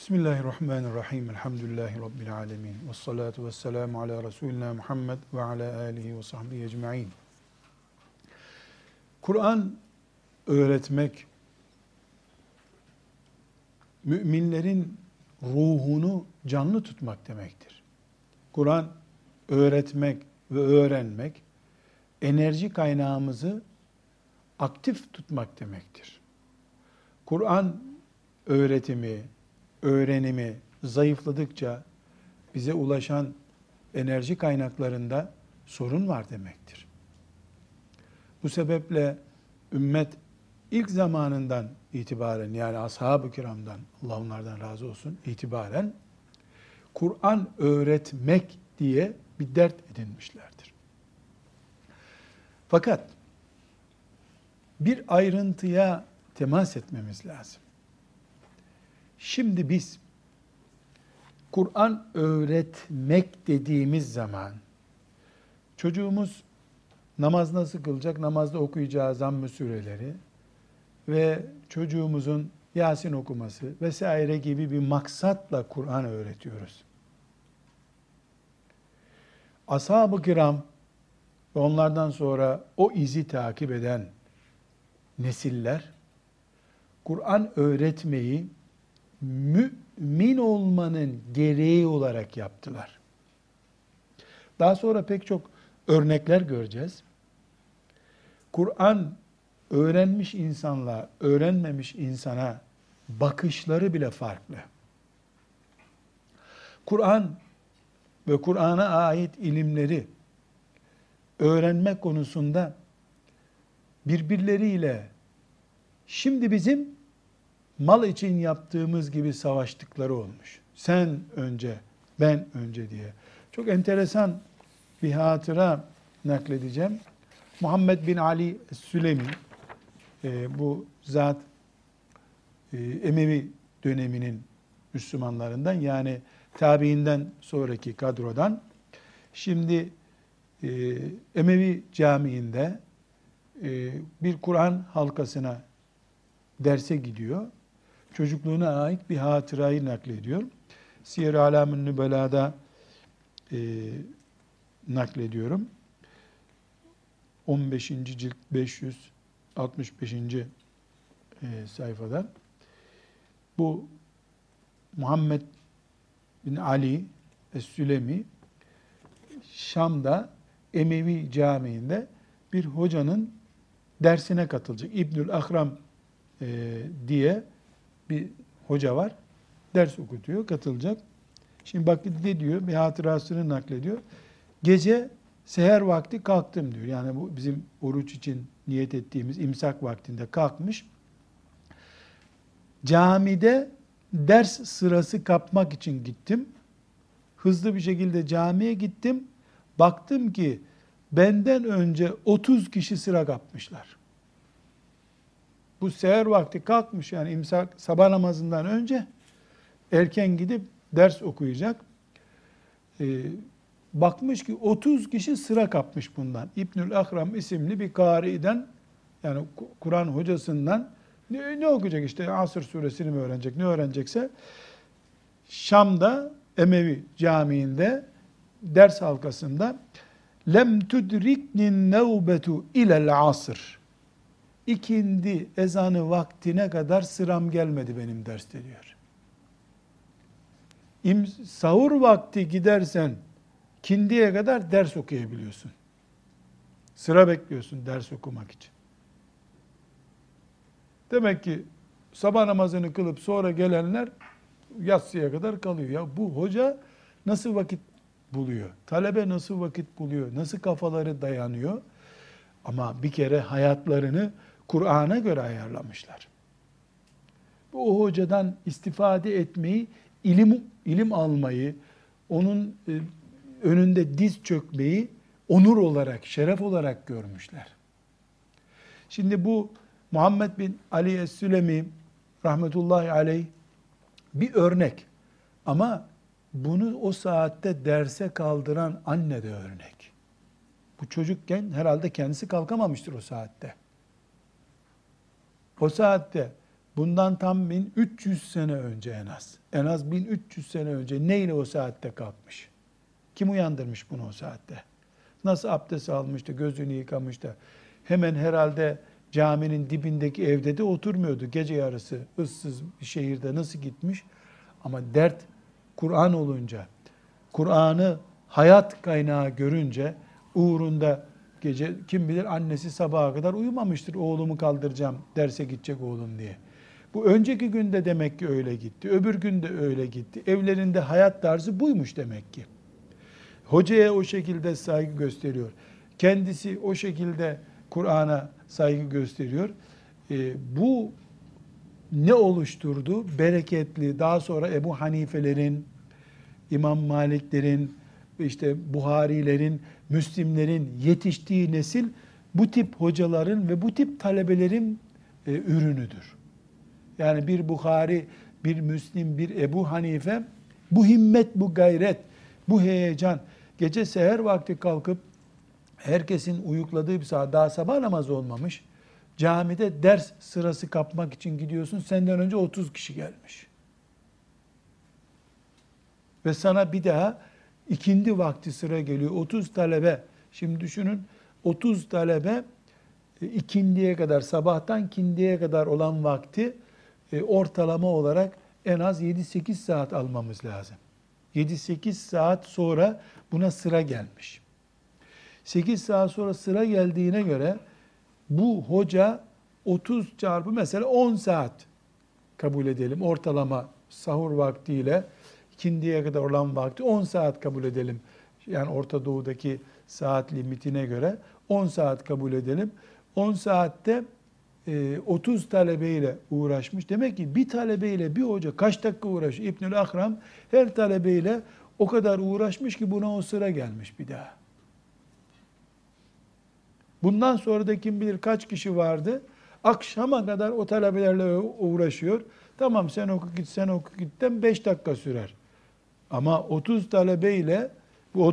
Bismillahirrahmanirrahim. Elhamdülillahi Rabbil alemin. Vessalatu vesselamu ala Resulina Muhammed ve ala alihi ve sahbihi ecma'in. Kur'an öğretmek, müminlerin ruhunu canlı tutmak demektir. Kur'an öğretmek ve öğrenmek, enerji kaynağımızı aktif tutmak demektir. Kur'an öğretimi, öğrenimi zayıfladıkça bize ulaşan enerji kaynaklarında sorun var demektir. Bu sebeple ümmet ilk zamanından itibaren, yani ashab-ı kiramdan, Allah onlardan razı olsun, itibaren Kur'an öğretmek diye bir dert edinmişlerdir. Fakat bir ayrıntıya temas etmemiz lazım. Şimdi biz Kur'an öğretmek dediğimiz zaman çocuğumuz namaz nasıl kılacak, namazda okuyacağı zamm-ı sureleri ve çocuğumuzun Yasin okuması vesaire gibi bir maksatla Kur'an öğretiyoruz. Ashab-ı kiram ve onlardan sonra o izi takip eden nesiller Kur'an öğretmeyi mümin olmanın gereği olarak yaptılar. Daha sonra pek çok örnekler göreceğiz. Kur'an öğrenmiş insanla öğrenmemiş insana bakışları bile farklı. Kur'an ve Kur'an'a ait ilimleri öğrenme konusunda birbirleriyle şimdi bizim mal için yaptığımız gibi savaştıkları olmuş. Sen önce, ben önce diye. Çok enteresan bir hatıra nakledeceğim. Muhammed bin Ali Sülemi, bu zat Emevi döneminin Müslümanlarından, yani tabiinden sonraki kadrodan. Şimdi Emevi Camii'nde bir Kur'an halkasına derse gidiyor. Çocukluğuna ait bir hatırayı naklediyor. Siyer-i Alam-ı Nübela'da naklediyorum. 15. cilt 565. Sayfada. Bu Muhammed bin Ali Es-Sülemi Şam'da Emevi Camii'nde bir hocanın dersine katılacak. İbnül Ahram diye bir hoca var. Ders okutuyor, katılacak. Şimdi bak ne diyor, bir hatırasını naklediyor. Gece seher vakti kalktım diyor. Yani bu bizim oruç için niyet ettiğimiz imsak vaktinde kalkmış. Camide ders sırası kapmak için gittim. Hızlı bir şekilde camiye gittim. Baktım ki benden önce 30 kişi sıra kapmışlar. Bu seher vakti kalkmış, yani imsak sabah namazından önce erken gidip ders okuyacak. Bakmış ki 30 kişi sıra kapmış bundan. İbnül Ahram isimli bir kâri'den, yani Kur'an hocasından ne okuyacak, işte Asr suresini mi öğrenecek, ne öğrenecekse Şam'da Emevi Camii'nde ders halkasında lem tudriknin nevbetu ilel asr, İkindi ezanı vaktine kadar sıram gelmedi benim derste diyor. Sahur vakti gidersen kindiye kadar ders okuyabiliyorsun. Sıra bekliyorsun ders okumak için. Demek ki sabah namazını kılıp sonra gelenler yatsıya kadar kalıyor. Ya bu hoca nasıl vakit buluyor? Talebe nasıl vakit buluyor? Nasıl kafaları dayanıyor? Ama bir kere hayatlarını Kur'an'a göre ayarlamışlar. O hocadan istifade etmeyi, ilim almayı, onun önünde diz çökmeyi onur olarak, şeref olarak görmüşler. Şimdi bu Muhammed bin Ali Es-Sülemi rahmetullahi aleyh bir örnek. Ama bunu o saatte derse kaldıran anne de örnek. Bu çocukken herhalde kendisi kalkamamıştır o saatte. O saatte Bundan tam 1300 sene önce en az. En az 1300 sene önce neyle o saatte kalkmış? Kim uyandırmış bunu o saatte? Nasıl abdest almıştı, gözünü yıkamıştı? Hemen herhalde caminin dibindeki evde de oturmuyordu. Gece yarısı ıssız bir şehirde nasıl gitmiş? Ama dert Kur'an olunca, Kur'an'ı hayat kaynağı görünce uğrunda gece kim bilir annesi sabaha kadar uyumamıştır. Oğlumu kaldıracağım, derse gidecek oğlum diye. Bu önceki günde demek ki öyle gitti. Öbür günde öyle gitti. Evlerinde hayat tarzı buymuş demek ki. Hocaya o şekilde saygı gösteriyor. Kendisi o şekilde Kur'an'a saygı gösteriyor. Bu ne oluşturdu? Bereketli, daha sonra Ebu Hanifelerin, İmam Maliklerin, işte Buharilerin, Müslimlerin yetiştiği nesil bu tip hocaların ve bu tip talebelerin ürünüdür. Yani bir Buhari, bir Müslim, bir Ebu Hanife bu himmet, bu gayret, bu heyecan, gece seher vakti kalkıp herkesin uyukladığı bir saat, daha sabah namazı olmamış, camide ders sırası kapmak için gidiyorsun, senden önce 30 kişi gelmiş. Ve sana bir daha ikindi vakti sıra geliyor. 30 talebe, şimdi düşünün 30 talebe ikindiye kadar, sabahtan kindiye kadar olan vakti ortalama olarak en az 7-8 saat almamız lazım. 7-8 saat sonra buna sıra gelmiş. 8 saat sonra sıra geldiğine göre bu hoca 30 çarpı mesela 10 saat kabul edelim. Ortalama sahur vaktiyle ikindiye kadar olan vakti 10 saat kabul edelim. Yani Orta Doğu'daki saat limitine göre 10 saat kabul edelim. 10 saatte 30 talebeyle uğraşmış. Demek ki bir talebeyle bir hoca kaç dakika uğraşıyor? İbnül Akram her talebeyle o kadar uğraşmış ki buna o sıra gelmiş bir daha. Bundan sonra da kim bilir kaç kişi vardı. Akşama kadar o talebelerle uğraşıyor. Tamam sen oku git, sen oku gitten 5 dakika sürer. Ama 30 talebeyle bu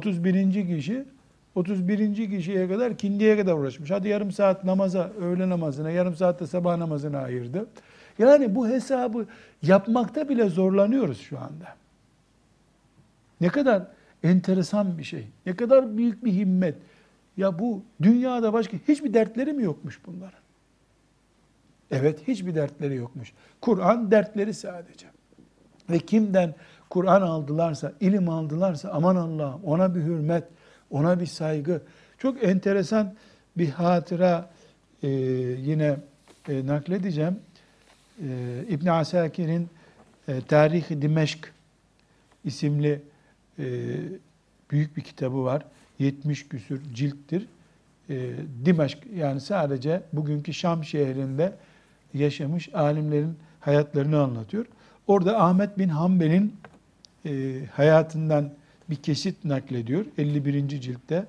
31. kişiye kadar kindiye kadar uğraşmış. Hadi yarım saat namaza, öğle namazına, yarım saat de sabah namazına ayırdı. Yani bu hesabı yapmakta bile zorlanıyoruz şu anda. Ne kadar enteresan bir şey. Ne kadar büyük bir himmet. Ya bu dünyada başka hiçbir dertleri mi yokmuş bunların? Evet, hiçbir dertleri yokmuş. Kur'an dertleri sadece. Ve kimden Kur'an aldılarsa, ilim aldılarsa aman Allah'ım ona bir hürmet, ona bir saygı. Çok enteresan bir hatıra yine nakledeceğim. İbn Asakir'in Tarih-i Dimeşk isimli büyük bir kitabı var. 70 küsür cilttir. Dimeşk yani sadece bugünkü Şam şehrinde yaşamış alimlerin hayatlarını anlatıyor. Orada Ahmet bin Hanbel'in hayatından bir kesit naklediyor. 51. ciltte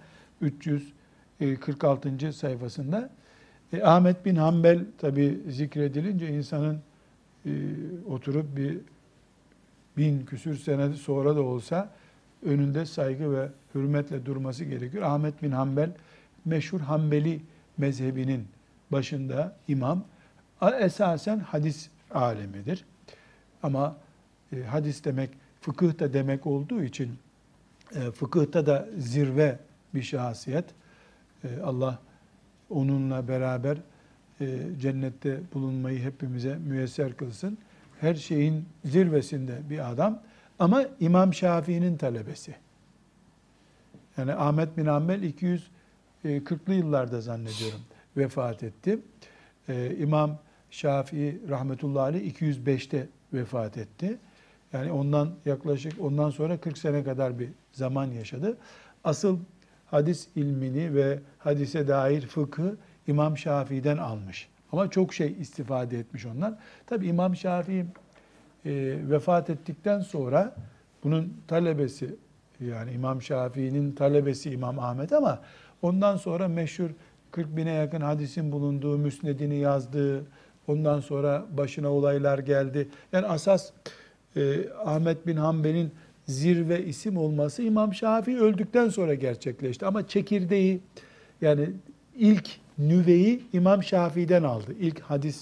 346. sayfasında. Ahmet bin Hanbel tabi zikredilince insanın oturup bir 1000 küsür sene sonra da olsa önünde saygı ve hürmetle durması gerekiyor. Ahmet bin Hanbel meşhur Hanbeli mezhebinin başında imam. Esasen hadis alemidir. Ama hadis demek fıkıh da demek olduğu için fıkıhta da zirve bir şahsiyet. Allah onunla beraber cennette bulunmayı hepimize müyesser kılsın. Her şeyin zirvesinde bir adam. Ama İmam Şafii'nin talebesi. Yani Ahmet bin Hanbel 240'lı yıllarda zannediyorum vefat etti. İmam Şafii rahmetullahi aleyh 205'te vefat etti. Yani ondan sonra 40 sene kadar bir zaman yaşadı. Asıl hadis ilmini ve hadise dair fıkhı İmam Şafii'den almış. Ama çok şey istifade etmiş onlar. Tabi İmam Şafii vefat ettikten sonra bunun talebesi yani İmam Şafii'nin talebesi İmam Ahmet ama ondan sonra meşhur 40 bine yakın hadisin bulunduğu, müsnedini yazdığı, ondan sonra başına olaylar geldi. Yani asas Ahmet bin Hanbel'in zirve isim olması İmam Şafii öldükten sonra gerçekleşti. Ama çekirdeği yani ilk nüveyi İmam Şafii'den aldı. İlk hadis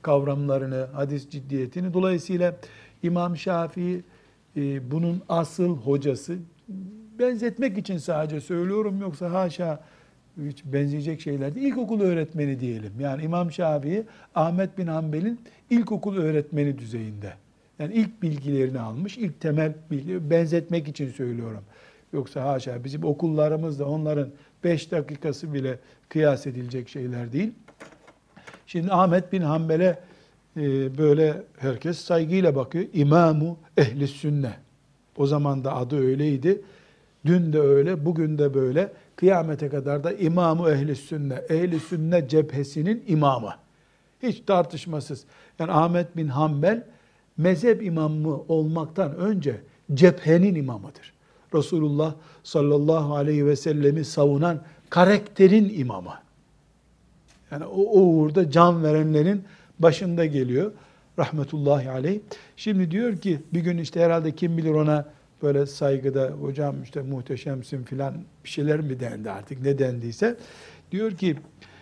kavramlarını, hadis ciddiyetini. Dolayısıyla İmam Şafii bunun asıl hocası. Benzetmek için sadece söylüyorum, yoksa haşa hiç benzeyecek şeyler değil. İlkokul öğretmeni diyelim. Yani İmam Şafii, Ahmet bin Hanbel'in ilkokul öğretmeni düzeyinde. Yani ilk bilgilerini almış, ilk temel bilgi, benzetmek için söylüyorum. Yoksa haşa bizim okullarımızda onların 5 dakikası bile kıyas edilecek şeyler değil. Şimdi Ahmet bin Hanbel'e böyle herkes saygıyla bakıyor. İmamu ehli sünne. O zaman da adı öyleydi. Dün de öyle, bugün de böyle. Kıyamete kadar da İmamu ehli sünne. Ehli sünne cephesinin imamı. Hiç tartışmasız. Yani Ahmet bin Hanbel mezhep imamı olmaktan önce cephenin imamıdır. Resulullah sallallahu aleyhi ve sellemi savunan karakterin imamı. Yani o uğurda can verenlerin başında geliyor. Rahmetullahi aleyh. Şimdi diyor ki bir gün işte herhalde kim bilir ona böyle saygıda hocam işte muhteşemsin filan bir şeyler mi dendi artık ne dendiyse. Diyor ki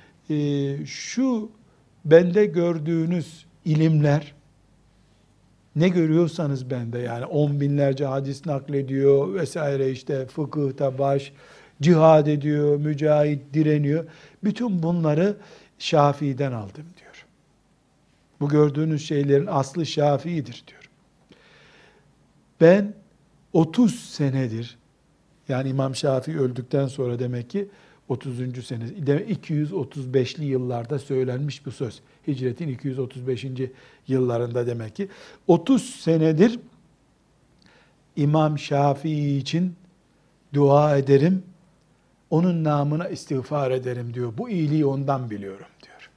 şu bende gördüğünüz ilimler ne görüyorsanız bende yani 10 binlerce hadis naklediyor vesaire işte fıkıhta baş, cihad ediyor, mücahit direniyor. Bütün bunları Şafii'den aldım diyor. Bu gördüğünüz şeylerin aslı Şafii'dir diyor. Ben 30 senedir yani İmam Şafii öldükten sonra demek ki 30. sene, 235'li yıllarda söylenmiş bu söz. Hicretin 235. yıllarında demek ki. 30 senedir İmam Şafii için dua ederim, onun namına istiğfar ederim diyor. Bu iyiliği ondan biliyorum diyor.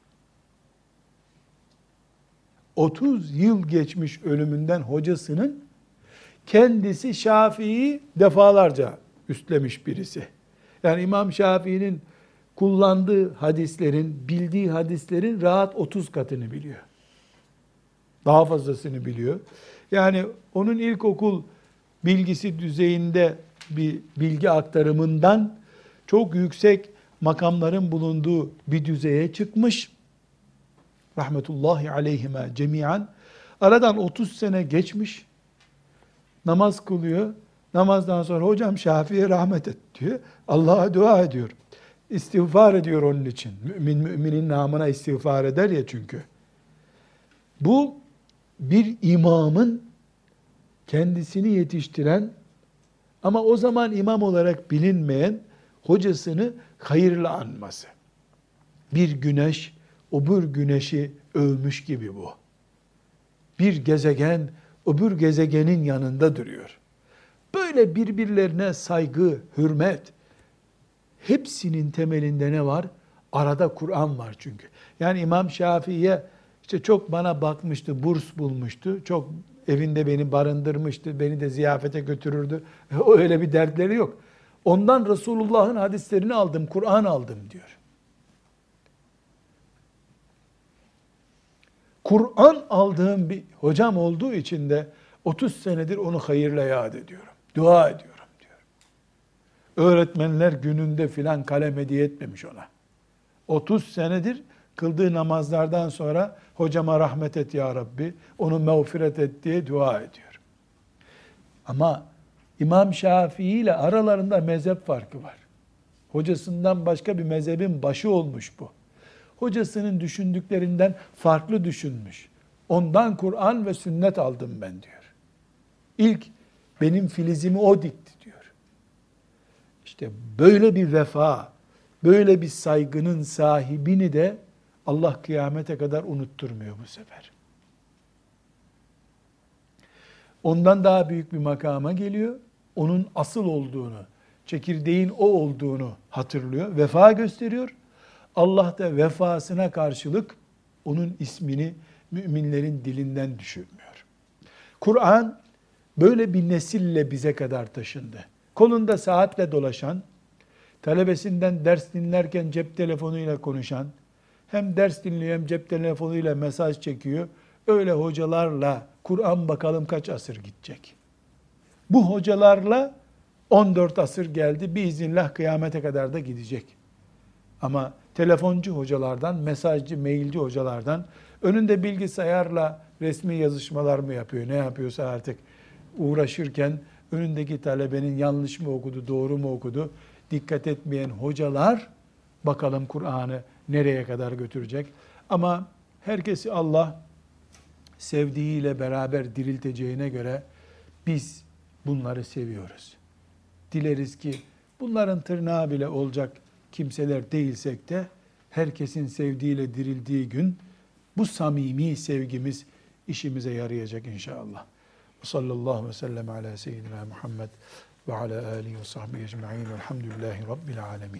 30 yıl geçmiş ölümünden hocasının kendisi Şafii'yi defalarca üstlemiş birisi. Yani İmam Şafii'nin kullandığı hadislerin, bildiği hadislerin rahat 30 katını biliyor. Daha fazlasını biliyor. Yani onun ilkokul bilgisi düzeyinde bir bilgi aktarımından çok yüksek makamların bulunduğu bir düzeye çıkmış. Rahmetullahi aleyhime cemiyan. Aradan 30 sene geçmiş. Namaz kılıyor. Namazdan sonra hocam Şafii'ye rahmet et diyor. Allah'a dua ediyor. İstiğfar ediyor onun için. Müminin namına istiğfar eder ya çünkü. Bu bir imamın kendisini yetiştiren ama o zaman imam olarak bilinmeyen hocasını hayırla anması. Bir güneş öbür güneşi övmüş gibi bu. Bir gezegen öbür gezegenin yanında duruyor. Böyle birbirlerine saygı, hürmet, hepsinin temelinde ne var? Arada Kur'an var çünkü. Yani İmam Şafii'ye işte çok bana bakmıştı, burs bulmuştu, çok evinde beni barındırmıştı, beni de ziyafete götürürdü. Öyle bir dertleri yok. Ondan Resulullah'ın hadislerini aldım, Kur'an aldım diyor. Kur'an aldığım bir hocam olduğu için de 30 senedir onu hayırla yad ediyorum. Dua ediyorum diyor. Öğretmenler gününde filan kalem hediye etmemiş ona. 30 senedir kıldığı namazlardan sonra hocama rahmet et ya Rabbi, onu mağfiret et diye dua ediyor. Ama İmam Şafii ile aralarında mezhep farkı var. Hocasından başka bir mezhebin başı olmuş bu. Hocasının düşündüklerinden farklı düşünmüş. Ondan Kur'an ve sünnet aldım ben diyor. İlk benim filizimi o dikti diyor. İşte böyle bir vefa, böyle bir saygının sahibini de Allah kıyamete kadar unutturmuyor bu sefer. Ondan daha büyük bir makama geliyor. Onun asıl olduğunu, çekirdeğin o olduğunu hatırlıyor. Vefa gösteriyor. Allah da vefasına karşılık onun ismini müminlerin dilinden düşürmüyor. Kur'an böyle bir nesille bize kadar taşındı. Kolunda saatle dolaşan, talebesinden ders dinlerken cep telefonuyla konuşan, hem ders dinliyor hem cep telefonuyla mesaj çekiyor. Öyle hocalarla Kur'an bakalım kaç asır gidecek. Bu hocalarla 14 asır geldi. Biiznillah kıyamete kadar da gidecek. Ama telefoncu hocalardan, mesajcı, mailci hocalardan, önünde bilgisayarla resmi yazışmalar mı yapıyor, ne yapıyorsa artık uğraşırken önündeki talebenin yanlış mı okudu, doğru mu okudu, dikkat etmeyen hocalar bakalım Kur'an'ı nereye kadar götürecek. Ama herkesi Allah sevdiğiyle beraber dirilteceğine göre biz bunları seviyoruz. Dileriz ki bunların tırnağı bile olacak kimseler değilsek de herkesin sevdiğiyle dirildiği gün bu samimi sevgimiz işimize yarayacak inşallah. Sallallahu aleyhi ve sellem ala seyyidina Muhammed ve ala alihi ve sahbihi ecma'in velhamdülillahi rabbil alemin.